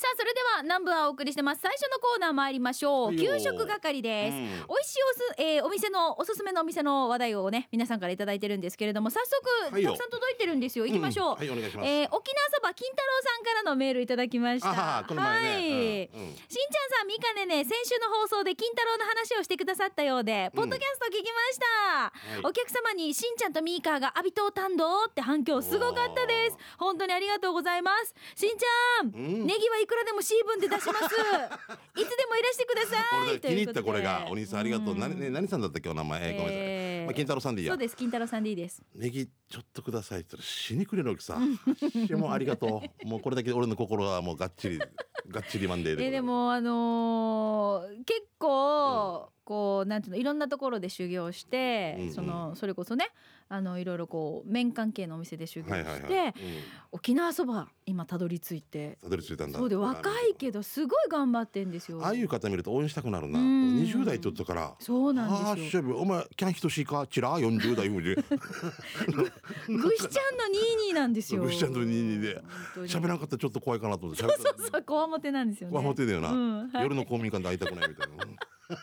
さあそれでは南部はお送りしてます。最初のコーナー参りましょう。給食係です、美味しいお店のおすすめのお店の話題をね皆さんからいただいてるんですけれども、早速たくさん届いてるんですよ。行きましょう、 はい、お願いします。 沖縄そば金太郎さんからのメールいただきました。 この前ね、 はい、しんちゃんさん、みかねね、先週の放送で金太郎の話をしてくださったようで、ポッドキャスト聞きました、お客様にしんちゃんとみーかーがアビトータンドって反響すごかったです。本当にありがとうございます。しんちゃん、ネギはいくらでもシーブンで出しますいつでもいらしてください。 俺気に入ったこれが、お兄さんありがとう。何さんだったっけお名前、ごめんなさい、金太郎さんでいいや。 そうです、金太郎さんでいいです。 ネギちょっとくださいって言ったら死にくれるわけさもうありがとう。もうこれだけで俺の心はもうがっちりマンデーで。 でも結構、こうなんていうの、いろんなところで修行して、それこそねいろいろこう麺関係のお店で修行して、沖縄そば今たどり着いたんだ。そうで、若いけどすごい頑張ってんですよ。 ああいう方見ると応援したくなるな。20代って言ったから。 そうなんですよ。 お前キャンひとしいかチラ40代ぐしちゃんの22なんですよ。 ぐしちゃんの22で喋らなかったらちょっと怖いかなと思って。 そうこわもてなんですよね。 こわもてだよな、夜の公民館で会いたくないみたいな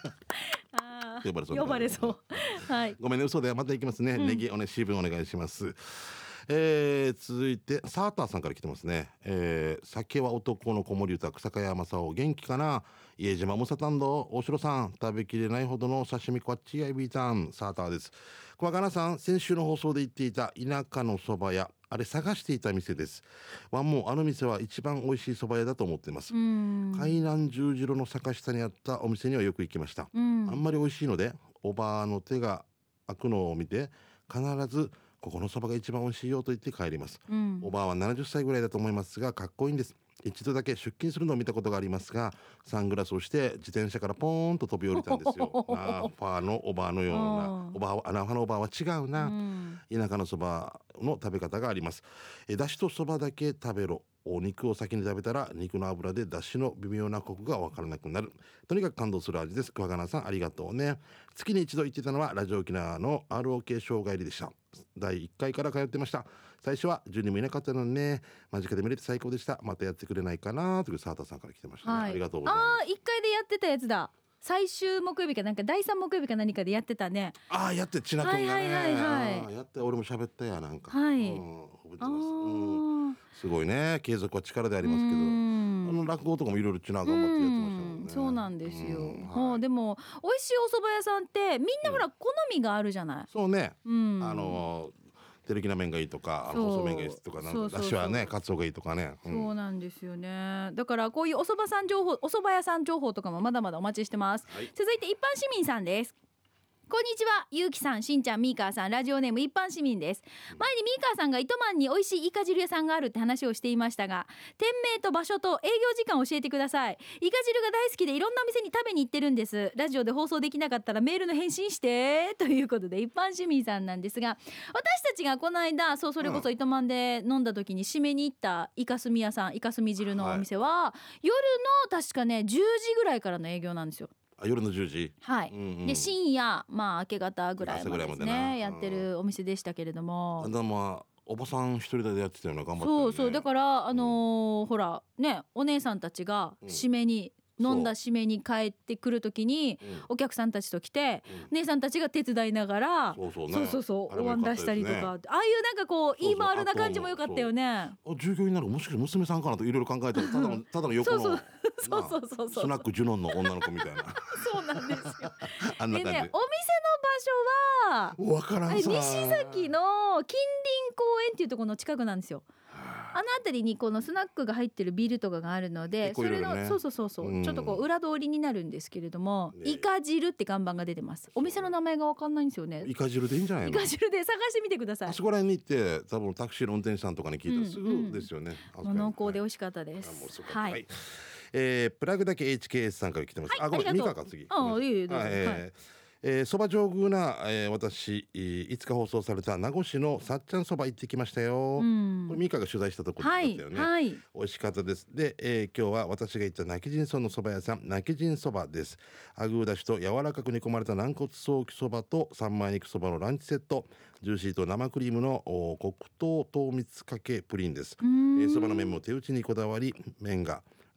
呼ばれそう、 はい、 ごめんね、嘘で。また行きますね、ネギシーブンお願いします。続いてサーターさんから来てますね。酒は男の子守歌、草加山正雄元気かな、家島ムサタンド大城さん、食べきれないほどの刺身こっちやいびーたん、サーターです。小若菜さん、先週の放送で言っていた田舎のそば屋、あれ探していた店です。ワンもあの店は一番美味しいそば屋だと思っています。海南十字路の坂下にあったお店にはよく行きました。あんまり美味しいのでおばあの手が開くのを見て必ずここのそばが一番美味しいよと言って帰ります。おばあは70歳ぐらいだと思いますがかっこいいんです。一度だけ出勤するのを見たことがありますが、サングラスをして自転車からポーンと飛び降りたんですよ。ナーファーのおばあのようなおばあは、アナファのおばあは違うな。田舎のそばの食べ方があります。だしとそばだけ食べろ。お肉を先に食べたら肉の油でだしの微妙なコクが分からなくなる。とにかく感動する味です。桑名さんありがとうね。月に一度行ってたのはラジオ沖縄の ROK 生姜入りでした。第1回から通ってました。最初は10人もいなかったのにね、間近で見れて最高でした。またやってくれないかなというサーターさんから来てましたね、ありがとうございます。 1回でやってたやつだ。最終木曜日かなんか第3木曜日か何かでやってたね。 やってちなくんがね、やって俺も喋ったやなんか、覚えてます。すごいね、継続は力でありますけど、落語とかもいろいろちな頑張ってやってましたもんね。 そうなんですよ。でも美味しいお蕎麦屋さんってみんなほら好みがあるじゃない。 そうね、手抜きな麺がいいとか細麺がいいとか、なんかだしはねカツオがいいとかね、 そうなんですよね。だからこういうお蕎麦屋さん情報とかもまだまだお待ちしてます。続いて一般市民さんです。こんにちは、ゆうきさん、しんちゃん、みーかーさん、ラジオネーム一般市民です。前にみーかーさんが糸満に美味しいイカ汁屋さんがあるって話をしていましたが、店名と場所と営業時間を教えてください。イカ汁が大好きでいろんなお店に食べに行ってるんです。ラジオで放送できなかったらメールの返信してということで一般市民さんなんですが、私たちがこの間それこそ糸満で飲んだ時に締めに行ったイカスミ屋さん、イカスミ汁のお店は、夜の確かね10時ぐらいからの営業なんですよ。 夜の10時、 で深夜明け方ぐらいまでですね、やってるお店でしたけれども、 おばさん一人でやってたよな、頑張って、 ね、そうだからほらね、お姉さんたちが締めに、飲んだ締めに帰ってくるときに、お客さんたちと来て、姉さんたちが手伝いながら、お椀出したりとか、ああいうなんかこう言い回るな感じも良かったよね。 従業員ならもしかして娘さんかなといろいろ考えたら、ただの横のスナックジュノンの女の子みたいなそうなんですよ。 あんな感じでね、お店の場所はわからんさ、 西崎の近隣公園っていうところの近くなんですよ。あの辺りにこのスナックが入ってるビルとかがあるので、それのちょっとこう裏通りになるんですけれども、イカ汁って看板が出てます。お店の名前が分かんないんですよね。 イカ汁でいいんじゃないの。 イカ汁で探してみてください。 あそこら辺に行って多分タクシーの運転手さんとかに聞いたらすぐですよね。 濃厚で美味しかったです。はい。 プラグだけ HKS さんから来てます。ごめん、ミカか次。そば上宮な、私いつか放送された名護市のさっちゃんそば行ってきましたよ。これミカが取材したところだったよね。美味しかったです。で、今日は私が行った泣き人村のそば屋さん、泣き人そばです。アグーだしと柔らかく煮込まれた軟骨ソーキそばと三枚肉そばのランチセット、ジューシーと生クリームの黒糖糖蜜かけプリンです。そばの麺も手打ちにこだわり、麺が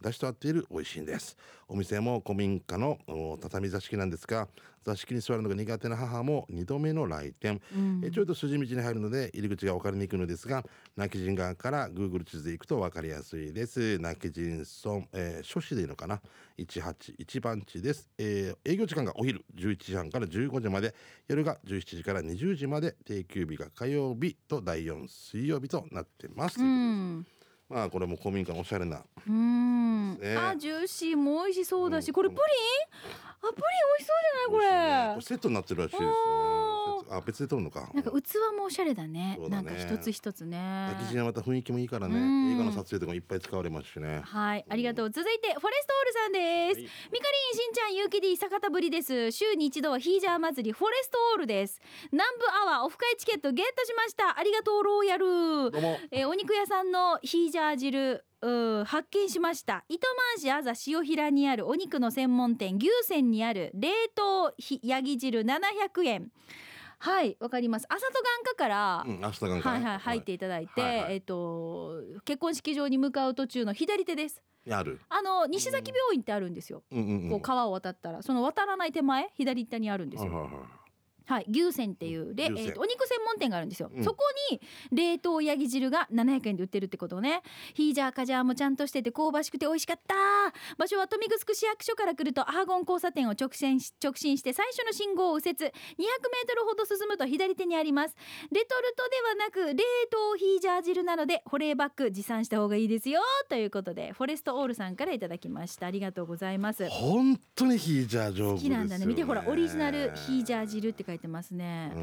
出しと合っている美味しいんです。お店も古民家の畳座敷なんですが、座敷に座るのが苦手な母も2度目の来店、ちょいと筋道に入るので入り口が分かりにくいのですが、今帰仁側から Google 地図で行くと分かりやすいです。今帰仁村、書市でいいのかな、181番地です。営業時間がお昼11時半から15時まで、夜が17時から20時まで、定休日が火曜日と第4水曜日となってます。まあこれも古民家のおしゃれな、 あ、ジューシーも美味しそうだし、これプリン、プリン美味しそうじゃないこれ。 これセットになってるらしいですね。あ、別で取るのか。 なんか器もおしゃれだね。 そうだね、 なんか一つ一つね。 焼き地はまた雰囲気もいいからね、映画の撮影とかもいっぱい使われますしね。 はい、ありがとう。続いてフォレストオールさんです。みかりん、しんちゃん、ゆうき D 坂田ぶりです。週に一度はヒージャー祭りフォレストオールです。南部アワーオフ会チケットゲットしました。ありがとうローヤル。 どうも。 お肉屋さんのヒージャー汁発見しました。糸満市あざ塩平にあるお肉の専門店牛泉にある冷凍ヤギ汁700円。はい、わかります。朝と眼科から、入っていただいて、結婚式場に向かう途中の左手です。 ある西崎病院ってあるんですよ、こう川を渡ったらその渡らない手前左手にあるんですよ。はい、牛泉っていうで、お肉専門店があるんですよ、そこに冷凍ヤギ汁が700円で売ってるってことね。ヒージャーカジャーもちゃんとしてて香ばしくて美味しかった。場所は豊見城市役所から来るとアーゴン交差点を直進して最初の信号を右折200メートルほど進むと左手にあります。レトルトではなく冷凍ヒージャー汁なので保冷バッグ持参した方がいいですよということで、フォレストオールさんからいただきました。ありがとうございます。 本当にヒージャー上手ですよね。 好きなんだね。見てほら、オリジナルヒージャー汁って書いてますね。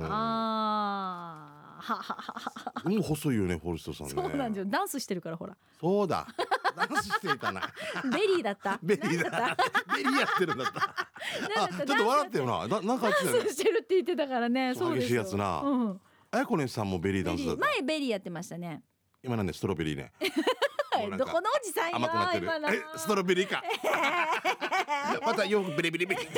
もう細いよね、フォレストさんね。 そうなんですよ。ダンスしてるからほら。 そうだ。ダンスしていたな。 ベリーだった。 ベリーだった。ベリーやってるんだった。あ、ちょっと笑ってよな。なんかダンスしてるって言ってたからね。そうですよ。 激しいやつな。あやこねさんもベリーダンスだった。 前ベリーやってましたね。 今なんでストロベリーね。 どこのおじさんよ。 甘くなってる。ストロベリーか。またよくベリベリベリ。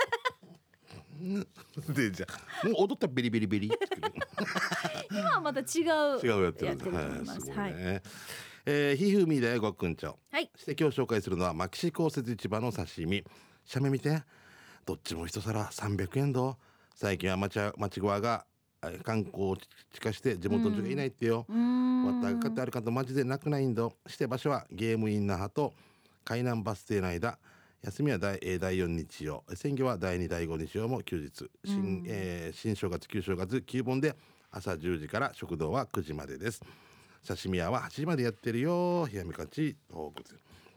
でじゃあもう踊ったベリベリベリ今はまた違うやってると思います。ひふみだよごっくんちょ。して今日紹介するのは牧師公設市場の刺身。写メ見て、どっちも一皿300円ど。最近は町側が観光地化して地元の人がいないってよ。わったがかってあるかとマジでなくないんだ。して場所はゲームイン那覇と海南バス停の間。休みは第4日曜、選挙は第2第5日曜も休日、新正月旧正月9本で朝10時から食堂は9時までです。刺身屋は8時までやってるよ。冷やみかち東北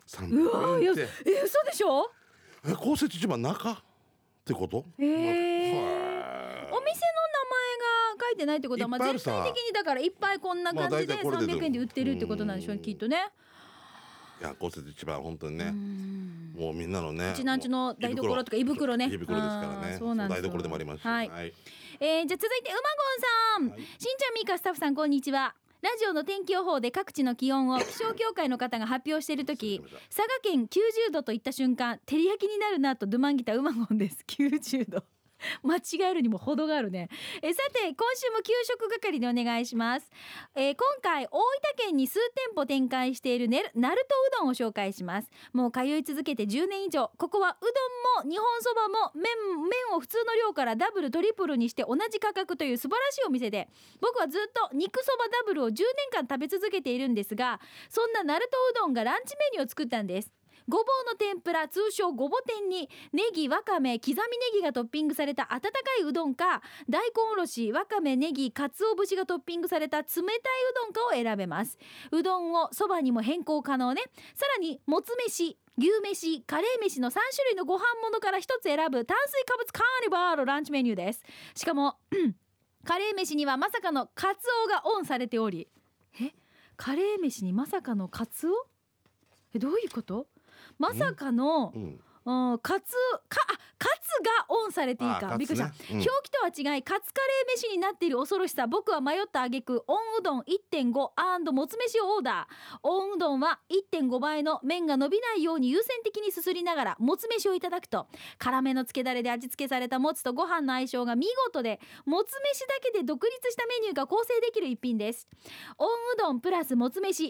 300円って。 嘘でしょ。 公設市場中ってこと？お店の名前が書いてないってことは、まあ全体的にだからいっぱいこんな感じで300円で売ってるってことなんでしょう、きっとね。いや、 公設市場本当にね、もうみんなのね、 うちなんちの台所とか胃袋ね、 胃袋ですからね。そうなんですよ。台所でもありますし。はい。じゃあ続いてうまごんさん、しんちゃんみーかスタッフさんこんにちは。ラジオの天気予報で各地の気温を気象協会の方が発表しているとき佐賀県90度といった瞬間照り焼きになるなとドゥマンギタうまごんです。90度間違えるにも程があるね。さて今週も給食係でお願いします。今回大分県に数店舗展開しているナルトうどんを紹介します。もう通い続けて10年以上、ここはうどんも日本そばも麺を普通の量からダブルトリプルにして同じ価格という素晴らしいお店で、僕はずっと肉そばダブルを10年間食べ続けているんですが、そんなナルトうどんがランチメニューを作ったんです。ごぼうの天ぷら、通称ごぼ天にネギ、わかめ、刻みネギがトッピングされた温かいうどんか、大根おろし、わかめ、ネギ、かつお節がトッピングされた冷たいうどんかを選べます。うどんをそばにも変更可能ね。さらにもつ飯、牛飯、カレー飯の3種類のご飯物から1つ選ぶ炭水化物カーニバーのランチメニューです。しかもカレー飯にはまさかのカツオがオンされており、カレー飯にまさかのカツオ？どういうこと？まさかの、カツがオンされていいか、びっくりした、表記とは違いカツカレー飯になっている恐ろしさ。僕は迷った挙句オンうどん 1.5& もつ飯をオーダー。オンうどんは 1.5 倍の麺が伸びないように優先的にすすりながらもつ飯をいただくと、辛めのつけだれで味付けされたもつとご飯の相性が見事で、もつ飯だけで独立したメニューが構成できる一品です。オンうどんプラスもつ飯、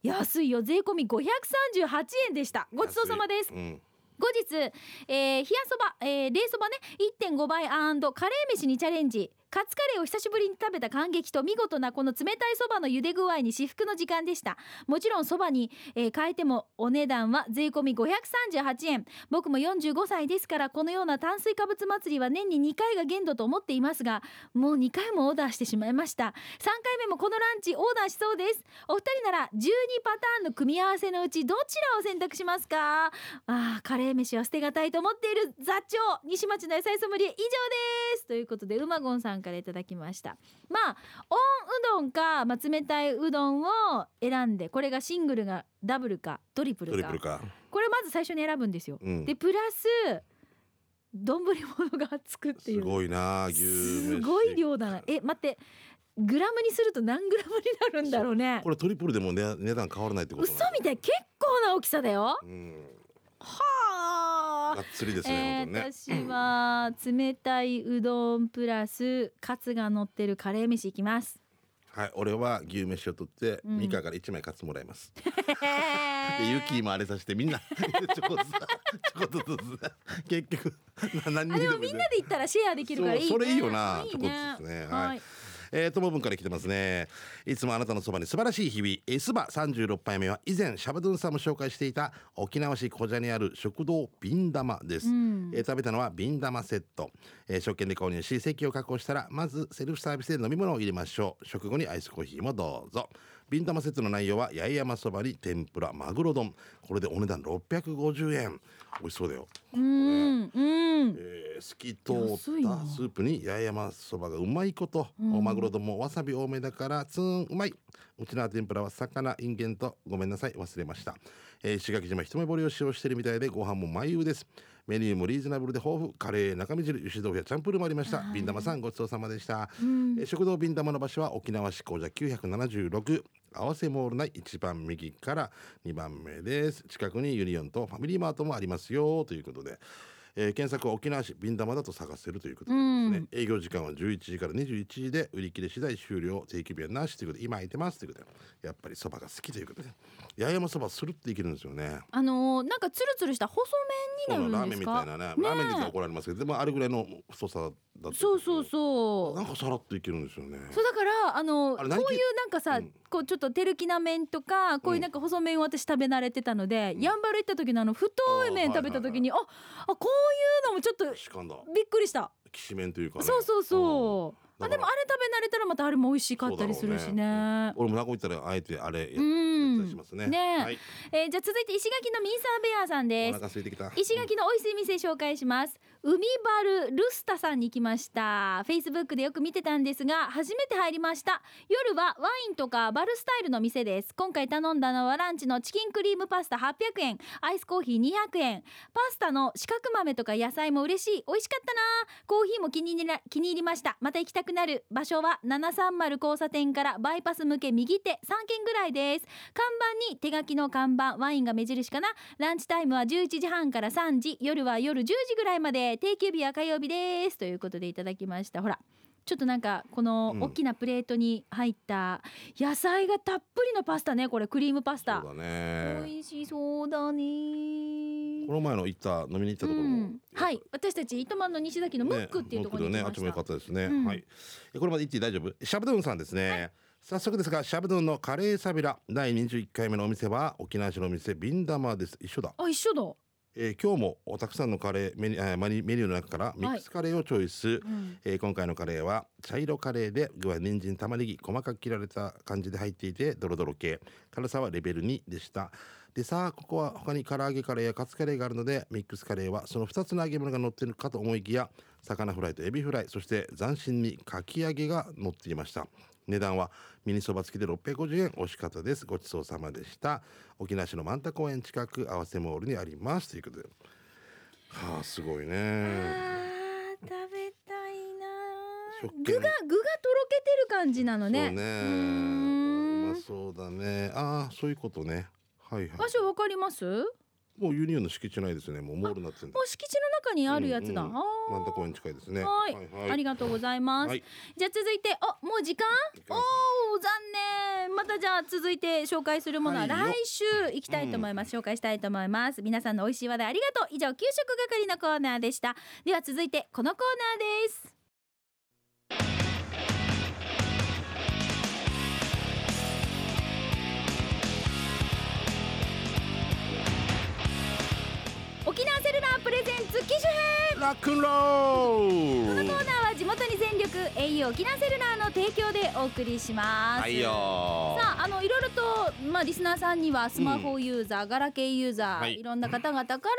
安いよ、税込み538円でした。ごちそうさまです。後日、冷やそば、冷そばね 1.5 倍&カレー飯にチャレンジ。カツカレーを久しぶりに食べた感激と見事なこの冷たいそばの茹で具合に至福の時間でした。もちろんそばに、変えてもお値段は税込み538円。僕も45歳ですから、このような炭水化物祭りは年に2回が限度と思っていますが、もう2回もオーダーしてしまいました。3回目もこのランチオーダーしそうです。お二人なら12パターンの組み合わせのうちどちらを選択しますか？カレー飯は捨てがたいと思っている座長西町の野菜ソムリエ以上です。ということでうまごんさんからいただきました。温うどんか、冷たいうどんを選んで、これがシングルがダブルかトリプルかこれまず最初に選ぶんですよ、でプラス丼物がつくっていう。 すごいな、牛飯すごい量だな。待って、グラムにすると何グラムになるんだろうね。 これトリプルでも、値段変わらないってこと？ 嘘みたい、結構な大きさだよ。はあ、 がっつりですね、本当にね。 私は冷たいうどんプラスカツが乗ってるカレー飯いきます。 はい、俺は牛飯を取って、ミカから1枚カツもらいますでユキもあれさせて、みんなちょこっとずつ結局何にでもみんなで行ったらシェアできるからいいね。 それいいよな、 いいね。 ちょこっとですね。 はい。 ともぶんから来てますね。いつもあなたのそばに素晴らしい日々。スバ36杯目は以前シャバドゥンさんも紹介していた沖縄市小蛇にある食堂ビンダマです。食べたのはビンダマセット。食券で購入し席を確保したら、まずセルフサービスで飲み物を入れましょう。食後にアイスコーヒーもどうぞ。ビンダマセットの内容は八重山そばに天ぷらマグロ丼、これでお値段650円。美味しそうだよ。透き通ったスープに八重山そばがうまいこと、マグロ丼もわさび多めだからツーンうまい。うちの天ぷらは魚、インゲンと、ごめんなさい忘れました。石垣島一目惚れを使用しているみたいで、ご飯も眉湯です。メニューもリーズナブルで豊富。カレー、中身汁、油脂豆腐やチャンプルーもありました。ビンダマさんごちそうさまでした。食堂ビンダマの場所は沖縄市高蛇976、合わせモール内一番右から2番目です。近くにユニオンとファミリーマートもありますよということで、検索は沖縄市ビンダマだと探せるということですね。営業時間は11時から21時で、売り切れ次第終了、定期日はなしということで、今空いてますということで、やっぱりそばが好きということで、八重山そばするっていけるんですよね。 なんかツルツルした細麺になるんですか？ ラーメンみたいなね。ラーメンで言ったら怒られますけど、でもあれぐらいの太さだった。 そうなんかさらっといけるんですよね。 そうだからこういうなんかさ、こうちょっと手るきな麺とか、こういうなんか細麺を私食べ慣れてたので、やんばる行った時の太い麺食べた時に、こういうのもちょっとびっくりした。 きしめんというかね。 そうでもあれ食べ慣れたらまたあれも美味しかったりするしね。 俺も名古屋行ったらあえてあれやったりしますね。 はい。じゃあ続いて石垣のミーサーベアさんです。 お腹空いてきた。 石垣の美味しい店紹介します。海バルルスタさんに来ました。 Facebook でよく見てたんですが初めて入りました。夜はワインとかバルスタイルの店です。今回頼んだのはランチのチキンクリームパスタ800円、アイスコーヒー200円。パスタの四角豆とか野菜も嬉しい、美味しかったな。コーヒーも気に入りました。また行きたくなる。場所は730交差点からバイパス向け右手3軒ぐらいです。看板に手書きの看板、ワインが目印かな。ランチタイムは11時半から3時、夜は夜10時ぐらいまで、定休日は火曜日ですということでいただきました。ほらちょっとなんかこの大きなプレートに入った野菜がたっぷりのパスタね。これクリームパスタ。 そうだね。 美味しそうだね。 この前の飲みに行ったところも、 はい、私たち糸満の西崎のムックっていうところに行きました。 あっちも良かったですね。はい。これまで行って大丈夫？シャブドゥンさんですね。早速ですが、シャブドゥンのカレーサビラ第21回目のお店は沖縄市のお店ビンダマです。一緒だ。 一緒だ。 今日もたくさんのカレーメニューの中からミックスカレーをチョイス。今回のカレーは茶色カレーで、具は人参、玉ねぎ細かく切られた感じで入っていて、ドロドロ系。辛さはレベル2でした。でさあ、ここは他に唐揚げカレーやカツカレーがあるので、ミックスカレーはその2つの揚げ物が乗っているかと思いきや、魚フライとエビフライ、そして斬新にかき揚げが乗っていました。値段はミニそば付きで650円。美味しかったです。ごちそうさまでした。沖縄市の万田公園近く合わせモールにありますということで、すごいね。 食べたいな。具がとろけてる感じなのね。 そうね。うまそうだね。そういうことね。はいはい。 場所わかります？ もうユニオンの敷地内ですね。もうモールになってるんで。 もう敷地の中にあるやつだ。 万田公園近いですね。 はい、ありがとうございます。じゃあ続いて、もう時間？ 残念。またじゃあ続いて紹介するものははいよ来週行きたいと思います、紹介したいと思います。皆さんの美味しい話題ありがとう。以上給食係のコーナーでした。では続いてこのコーナーです。沖縄セルラープレゼンツ機種編。 ラックンロこール。 のコーナーは地元に全力 au 沖縄セルラーの提供でお送りします。 はいよー。 さあ、いろいろと、リスナーさんにはスマホユーザー、ガラケーユーザー、 はいいろんな方々から、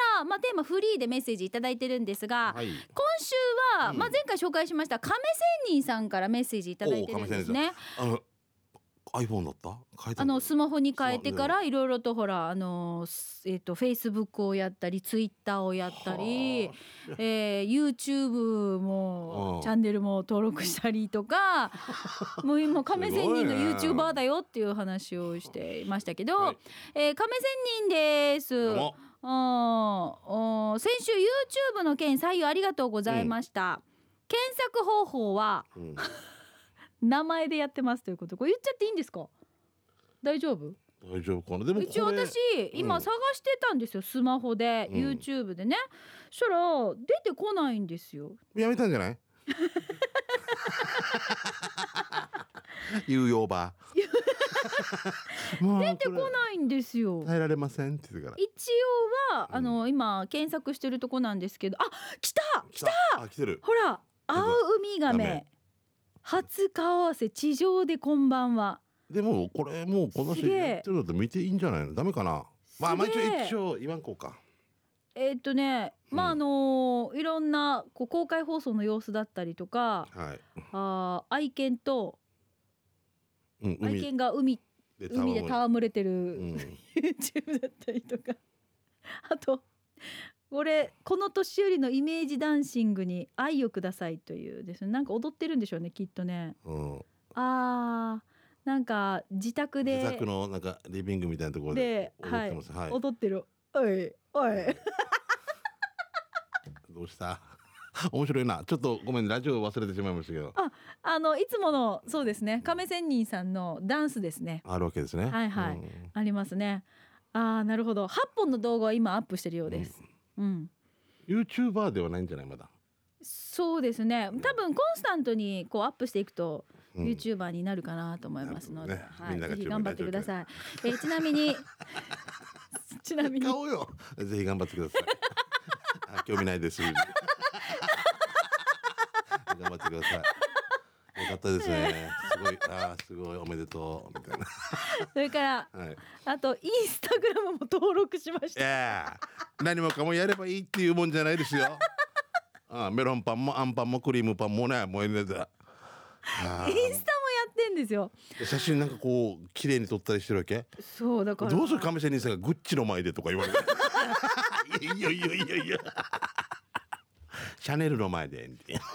テーマフリーでメッセージいただいてるんですが、 はい。 今週は、前回紹介しました亀仙人さんからメッセージいただいてるんですね。 iPhone だった？変えたの？ スマホに変えてからいろいろとほらFacebook をやったり Twitter をやったり、YouTube もチャンネルも登録したりとかもう今亀仙人の YouTuber だよっていう話をしていましたけど、 はい亀仙人です。 どうも先週 YouTube の件採用ありがとうございました、検索方法は、名前でやってますということ。これ言っちゃっていいんですか？大丈夫？ 大丈夫かな。でも一応私今探してたんですよ、スマホで、YouTube でね。そしたら出てこないんですよ。 やめたんじゃない？有用ば。 出てこないんですよ。 耐えられませんって言ってから。 一応は今検索してるとこなんですけど、来た来てる。 ほら、青ウミガメ初顔合わせ地上でこんばんは。 でもこれもうこの人やってるのと見ていいんじゃないの？ダメかな。一応言わんこうか。 いろんな公開放送の様子だったりとか、愛犬と、愛犬が海で戯れてる、YouTube だったりとか、あとこの年寄りのイメージダンシングに愛をくださいというですね、なんか踊ってるんでしょうねきっとね。なんか自宅のなんかリビングみたいなところで踊ってます。 踊ってる。おいどうした？面白いな。ちょっとごめん、ラジオ忘れてしまいましたけど。 いつものそうですね、亀仙人さんのダンスですね。 あるわけですね。 ありますね。なるほど。8本の動画を今アップしてるようです。 YouTuber ではないんじゃないまだ。 そうですね。多分コンスタントにアップしていくと YouTuber になるかなと思いますので、ぜひ頑張ってください。ちなみに顔よ。ぜひ頑張ってください。興味ないです。頑張ってください。よかったですね。すごいおめでとうみたいな。 それから、あとインスタグラムも登録しました。 何もかもやればいいっていうもんじゃないですよ。メロンパンもアンパンもクリームパンもね、もうインスタもやってんですよ。 写真なんか綺麗に撮ったりしてるわけ。 そうだから。 どうする亀仙人さんがグッチの前でとか言われる。いやシャネルの前で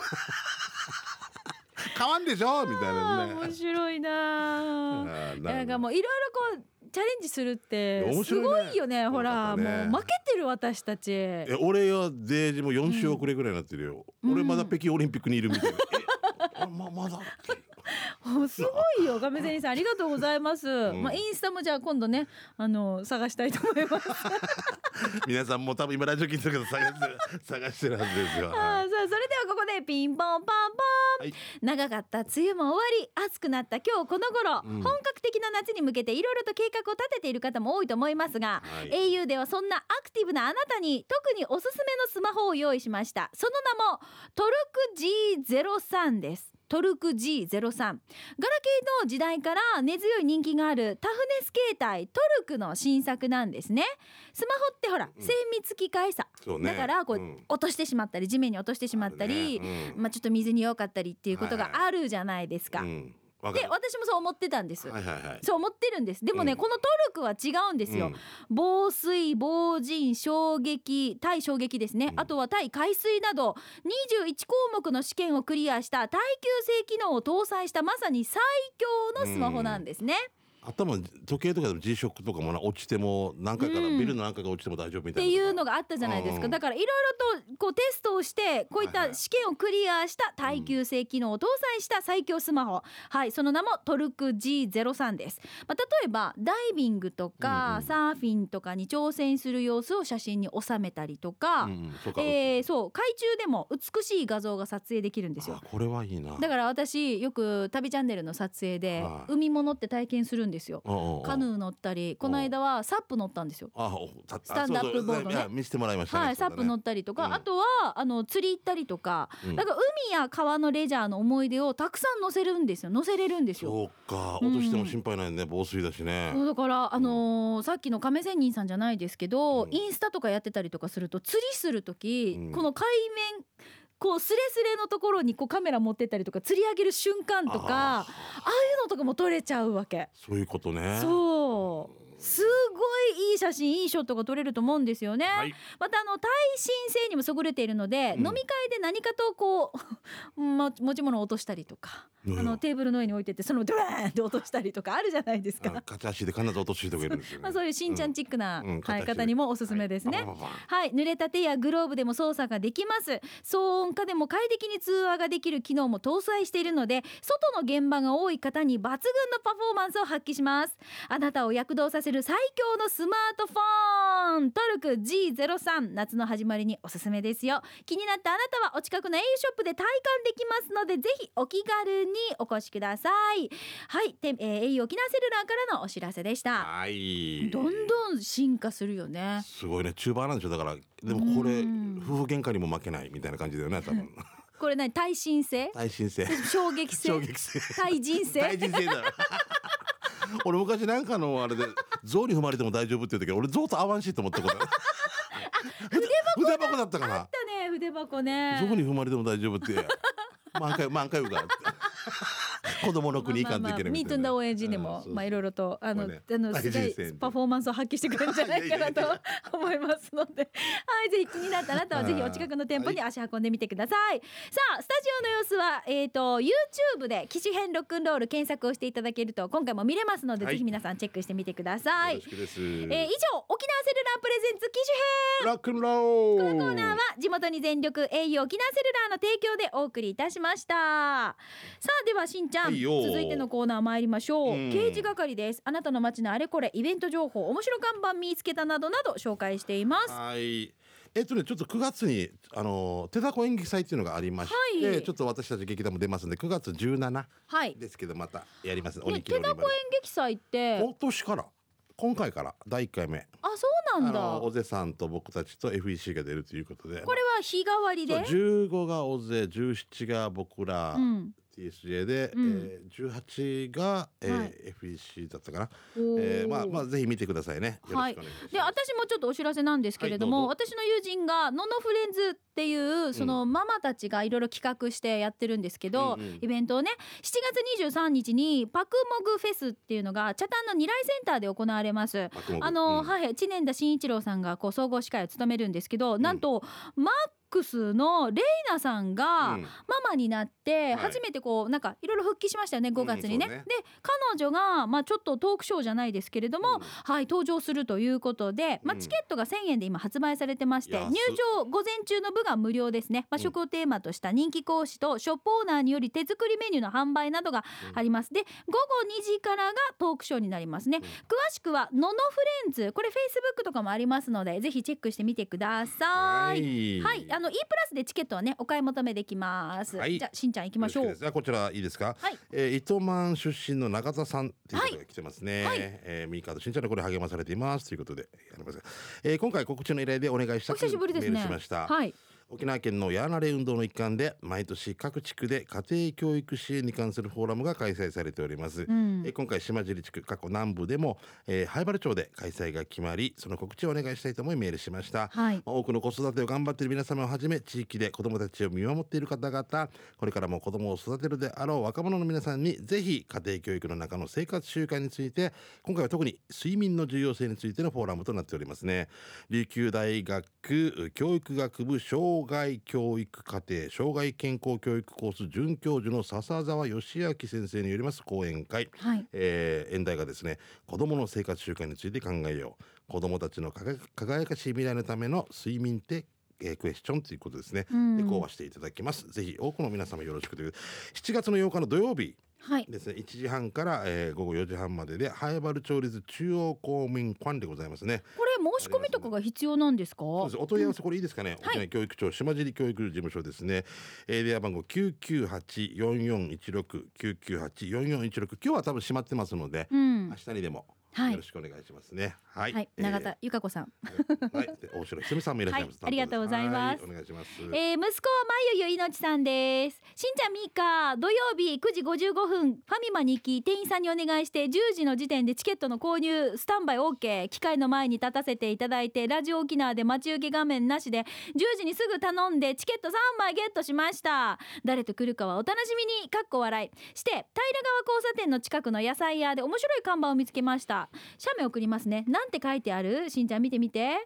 変わんでしょみたいなね。 面白いな。なんかもういろいろチャレンジするってすごいよね。ほらもう負けてる私たち。 俺はデージも4週遅れぐらいになってるよ。俺まだ北京オリンピックにいるみたいな。まだすごいよ。亀仙人さんありがとうございます。インスタもじゃあ今度ね探したいと思います。 皆さんも多分今ラジオ聞いてるけど探してるはずですよ。 さあそれではここでピンポンパンポン、長かった梅雨も終わり、暑くなった今日この頃、本格的な夏に向けていろいろと計画を立てている方も多いと思いますが、au ではそんなアクティブなあなたに特におすすめのスマホを用意しました。その名もトルク G03 です。トルク G03、 ガラケーの時代から根強い人気があるタフネス携帯トルクの新作なんですね。スマホってほら、精密機械さ、だから落としてしまったり地面に落としてしまったり、ちょっと水に弱かったりっていうことがあるじゃないですか。で私もそう思ってたんです、そう思ってるんです。でもね、このトルクは違うんですよ。防水、防塵、衝撃、耐衝撃ですね、あとは耐海水など21項目の試験をクリアした耐久性機能を搭載したまさに最強のスマホなんですね。 頭時計とかでも G ショックとかも落ちても何回から、ビルの何回か落ちても大丈夫みたいなっていうのがあったじゃないですか。だからいろいろとこうテストをしてこういった試験をクリアした耐久性機能を搭載した最強スマホ、はい、その名もトルク G03 です。例えばダイビングとか、サーフィンとかに挑戦する様子を写真に収めたりとか、そう海中でも美しい画像が撮影できるんですよ。 これはいいな。 だから私よく旅チャンネルの撮影で海物って体験するんですよ。カヌー乗ったり、この間はサップ乗ったんですよ。スタンドアップボードね、 見せてもらいましたね。 はい、サップ乗ったりとか、あとは釣り行ったりとか、だから海や川のレジャーの思い出をたくさん載せれるんですよ。 そうか、落としても心配ないね、防水だしね。 だからさっきの亀仙人さんじゃないですけど、インスタとかやってたりとかすると釣りする時、この海面こうスレスレのところにこうカメラ持ってったりとか釣り上げる瞬間とか、ああいうのとかも撮れちゃうわけ。 そういうことね。 そうすごいいい写真、いいショットが撮れると思うんですよね、また耐震性にも優れているので、飲み会で何かとこう持ち物を落としたりとか、テーブルの上に置いててそのドワーンって落としたりとかあるじゃないですか。 片足で必ず落として人がいるんですよね。 そういうしんちゃんチックな、方にもおすすめですね。はい、濡れた手やグローブでも操作ができます。騒音下でも快適に通話ができる機能も搭載しているので、外の現場が多い方に抜群のパフォーマンスを発揮します。あなたを躍動させる最強のスマートフォントルク G03、 夏の始まりにおすすめですよ。気になったあなたはお近くの au ショップで体感できますので、ぜひお気軽にお越しください。はい、au 沖縄セルラーからのお知らせでした。はい、どんどん進化するよね。 すごいね、中盤なんでしょ。だからでもこれ夫婦喧嘩にも負けないみたいな感じだよね、多分これ何、耐震性、衝撃性、耐人性だ俺昔なんかのあれで象に踏まれても大丈夫って言う時、俺象と合わんしと思ったこと筆箱だったかな。 あったね、筆箱ね。 象に踏まれても大丈夫って満開うが子供の国行かんといけないみたいな。 ミートンダ応援時にもいろいろとすごいパフォーマンスを発揮してくれるんじゃないかなと思いますので、はい、ぜひ気になったあなたはぜひお近くの店舗に足運んでみてください。さあ、スタジオの様子はYouTube で機種編ロックンロール検索をしていただけると今回も見れますので、ぜひ皆さんチェックしてみてください。以上、沖縄セルラープレゼンツ機種編ロックンロール。 このコーナーは地元に全力 au 沖縄セルラーの提供でお送りいたしました。さあ、ではしんちゃん、続いてのコーナー参りましょう。刑事係です。あなたの街のあれこれ、イベント情報、面白看板見つけたなどなど紹介しています。 はい、ちょっと9月に手だこ演劇祭っていうのがありまして、ちょっと私たち劇団も出ますので9月17ですけど、またやります、 手だこ演劇祭って今回から第1回目。 そうなんだ。 尾瀬さんと僕たちと FEC が出るということで、 これは日替わりで 15が尾瀬、17が僕ら、TSJ で、18が、FEC だったかな。まあぜひ見てくださいね。よろしくお願いします。 で、私もちょっとお知らせなんですけれども、私の友人がノノフレンズっていうそのママたちがいろいろ企画してやってるんですけど、イベントをね、7月23日にパクモグフェスっていうのが北谷の二来センターで行われます。知念田真一郎さんが総合司会を務めるんですけど、なんとマックスのレイナさんがママになって初めてなんかいろいろ復帰しましたよね、5月にね。で、彼女がちょっとトークショーじゃないですけれども、登場するということで、チケットが1000円で今発売されてまして、入場午前中の部が無料ですね。食をテーマとした人気講師とショップオーナーにより手作りメニューの販売などがあります。で、午後2時からがトークショーになりますね。詳しくはノノフレンズ、これ Facebook とかもありますので、ぜひチェックしてみてください。はい、E プラスでチケットはね、お買い求めできます。じゃあしんちゃん行きましょう。 こちらいいですか。糸満出身の中田さんという方が来てますね。ミーカーとしんちゃんのこれ励まされていますということでやりますが、今回告知の依頼でお願いしたくメールしました。沖縄県のヤーナレ運動の一環で毎年各地区で家庭教育支援に関するフォーラムが開催されております。今回島尻地区過去南部でも、灰原町で開催が決まり、その告知をお願いしたいと思いメールしました。多くの子育てを頑張っている皆様をはじめ、地域で子どもたちを見守っている方々、これからも子どもを育てるであろう若者の皆さんにぜひ家庭教育の中の生活習慣について、今回は特に睡眠の重要性についてのフォーラムとなっておりますね。琉球大学教育学部小障害教育課程障害健康教育コース准教授の笹沢義明先生によります講演会、 はい、 演題がですね、子どもの生活習慣について考えよう、子どもたちの輝かしい未来のための睡眠ってクエスチョンということですね、で講話していただきます。ぜひ多くの皆様よろしくという。7月の8日の土曜日ですね、1時半から、午後4時半までで早原町立中央公民館でございますね。 これ申し込みとかが必要なんですか？ そうです。お問い合わせこれいいですかね、沖縄教育庁島尻教育事務所ですね、電話番号 998-4416 998-4416。今日は多分閉まってますので、明日にでもよろしくお願いしますね。はい、 永田由香子さんはい、大城ひとみさんもいらっしゃいます、 ありがとうございます。 お願いします。 息子はまゆゆいのちさんです。しんちゃんみーか、土曜日9時55分ファミマに行き店員さんにお願いして10時の時点でチケットの購入スタンバイ OK、 機械の前に立たせていただいてラジオ沖縄で待ち受け画面なしで10時にすぐ頼んでチケット3枚ゲットしました。誰と来るかはお楽しみにかっこ笑いして平川交差点の近くの野菜屋で面白い看板を見つけました。写メ送りますね。なんて書いてある？しんちゃん見てみて。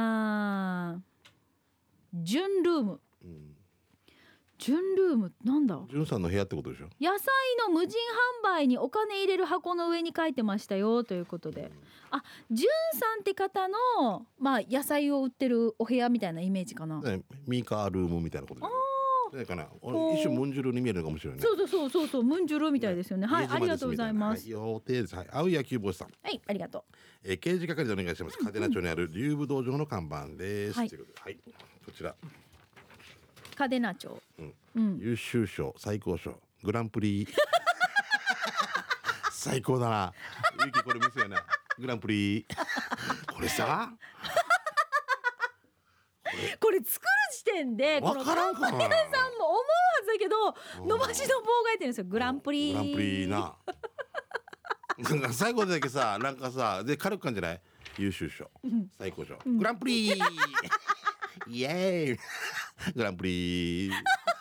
純ルーム、純ルームなんだ？ 純さんの部屋ってことでしょ。 野菜の無人販売にお金入れる箱の上に書いてましたよということで、あ、純さんって方の、野菜を売ってるお部屋みたいなイメージかな、 ね、ミーカールームみたいなことでねかな。一瞬ムンジュルに見えるかもしれないね。 そうムンジュルみたいですよね。はい、ありがとうございます。 予定です。はい、青い野球帽子さん。 はい、ありがとう。刑事係でお願いします。嘉手納町にある竜武道場の看板です。 はい、 ということで、はい、こちら。 嘉手納町、 優秀賞最高賞グランプリ最高だな。ゆきこれ見せよな。グランプリこれさ。 これ作る時点でこの看板屋さんも思うはずだけど伸ばしの棒が入ってるんですよ。グランプリななんか最後だけさ、なんかさで軽く感じない？優秀賞最高賞グランプリイエーイグランプリ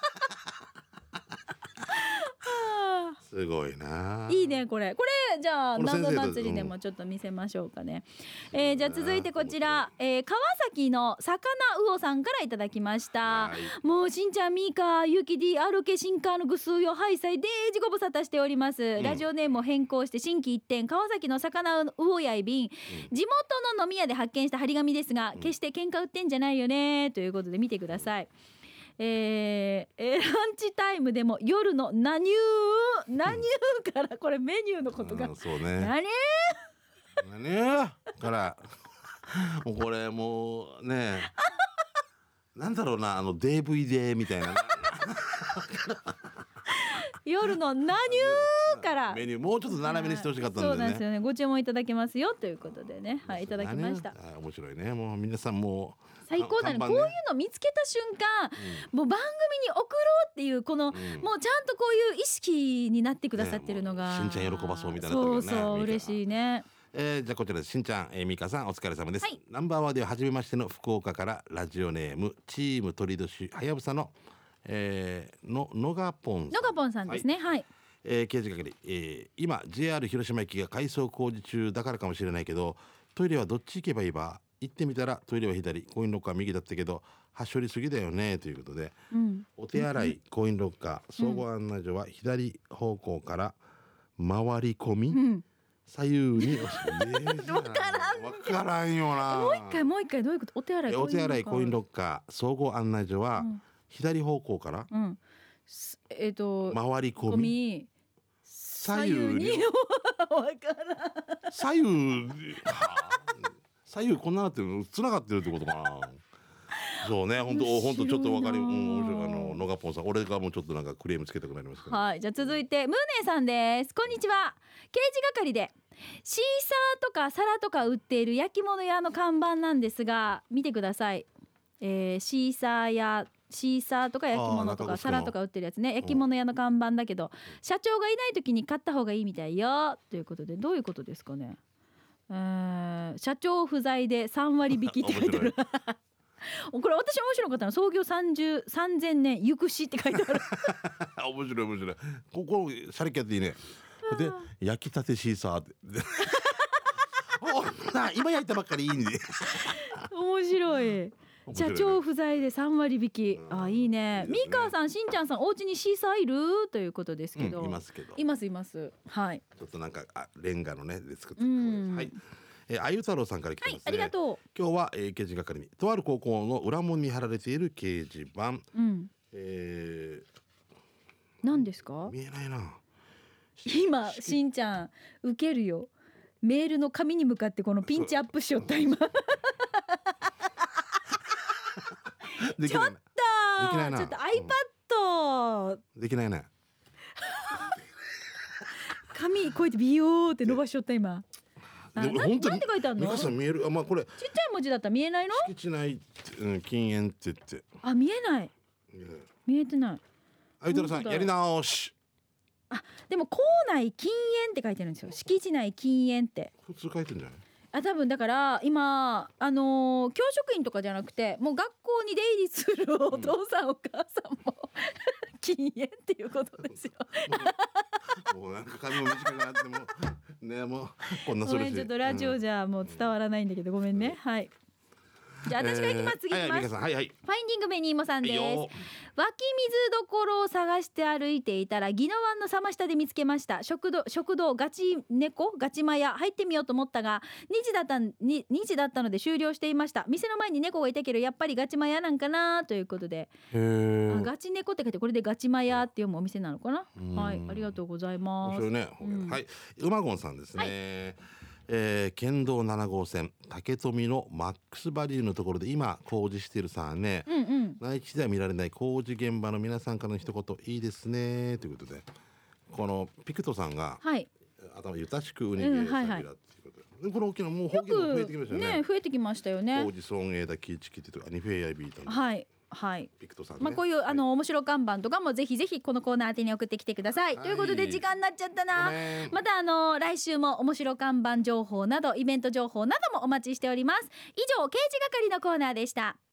すごいな。 いいねこれじゃあ謎祭りでもちょっと見せましょうかね。じゃあ続いてこちら、川崎の魚魚さんからいただきました。もうしんちゃんみーかゆき DRK シンカーのぐすうよはいさいでーじご無沙汰しております、ラジオネームを変更して新規一点川崎の魚魚やい便、地元の飲み屋で発見した張り紙ですが、決して喧嘩売ってんじゃないよねということで見てください。ランチタイムでも夜の何からこれメニューのことが、 そうね、何からもうこれもうねなんだろうな、DVD みたいな夜の何からメニューもうちょっと斜めにしてほしかったんだよね。 そうなんですよね。ご注文いただけますよということでね、はい、いただきました。 面白いね。もう皆さんも最高だね。こういうの見つけた瞬間、もう番組に送ろうっていうこの、もうちゃんとこういう意識になってくださってるのが、 しんちゃん喜ばそうみたいな、 そう嬉しいね。 じゃあこちらしんちゃん、みかさんお疲れ様です、ナンバーワンでは初めましての福岡からラジオネームチーム鳥年はやぶさの、のがぽんさんですね。はい、 刑事係、今 JR 広島駅が改装工事中だからかもしれないけど、トイレはどっち行けばいいば、行ってみたらトイレは左、コインロッカー右だったけどはしょりすぎだよねということで、お手洗い、コインロッカー、総合案内所は左方向から回り込み、左右にわからんよな。 もう一回どういうこと？お手洗い、 コインロッカー、総合案内所は左方向から、回り込み左右に左右こんななってる、つながってるってことかなそうね、本当ちょっとわかる。野賀ポンさん、俺がもうちょっとなんかクレームつけたくなりますから、 はい、じゃあ続いてムーネーさんです。こんにちは。刑事係でシーサーとか皿とか売っている焼き物屋の看板なんですが、見てください。シーサーとか焼き物とか皿とか売ってるやつね、焼き物屋の看板だけど、社長がいない時に買った方がいいみたいよということで、どういうことですかね。社長不在で3割引きって書いてあるこれ私面白かったの、創業3000年ゆくしって書いてある面白い。ここシャレキやっていいね。で焼きたてシーサーって今焼いたばっかりいいんで面白い。 社長不在で3割引き、あ、いいね。 いいですねミーカーさん、しんちゃんさん、お家にシーサーいるということですけど、 いますけど、 いますいます。はい。 ちょっとなんかレンガのねで作ってる、はい。あゆ太郎さんから来てますね、 ありがと今日は、掲示係にとある高校の裏門に貼られている掲示板、 何ですか？ 見えないな。 今しんちゃん受けるよ。メールの紙に向かってこのピンチアップしよった今。 できないな。できないな。 ちょっと iPad、 できないね。 紙こうやってビヨーって伸ばしよった今。 でも本当になんて書いてあるの？ 皆さん見える。まあこれちっちゃい文字だったら見えないの？ 敷地内、禁煙って言って。 あ、見えない。見えてない。 あゆたらさんやり直し。 あ、でも校内禁煙って書いてるんですよ。敷地内禁煙って。 普通書いてるんじゃない？ あ、多分だから今教職員とかじゃなくて、もう学校に出入りするお父さん、お母さんも禁煙っていうことですよ。 もうなんか髪も短くなってもね、もうこんなそれし。 ごめん、ちょっとラジオじゃもう伝わらないんだけど、ごめんね。はい。じゃあ私が行きます。次行きます。 はいはい。 ファインディングベニーモさんです。 はいよ。 湧き水どころを探して歩いていたら宜野湾の様下で見つけました。食堂ガチ猫ガチマヤ入ってみようと思ったが2時だったので終了していました。店の前に猫がいたけどやっぱりガチマヤなんかなということで、ガチ猫って書いてこれでガチマヤって読むお店なのかな。はい、ありがとうございます。 ね、はい、馬ゴンさんですね。県道7号線竹富のマックスバリューのところで今工事してるさね、内地では見られない工事現場の皆さんからの一言いいですねということで、このピクトさんが、 はい、 頭ゆたしくうにげさびらっていうことで、この大きなもう方言も増えてきましたよね。 増えてきましたよね。 工事損営だキーチキってとかニフェイアイビータン、 はいはい、 ピクトさんね、 まあこういう面白看板とかもぜひぜひこのコーナー宛てに送ってきてください、ということで時間になっちゃったな。また来週も面白看板情報などイベント情報などもお待ちしております。以上、刑事係のコーナーでした。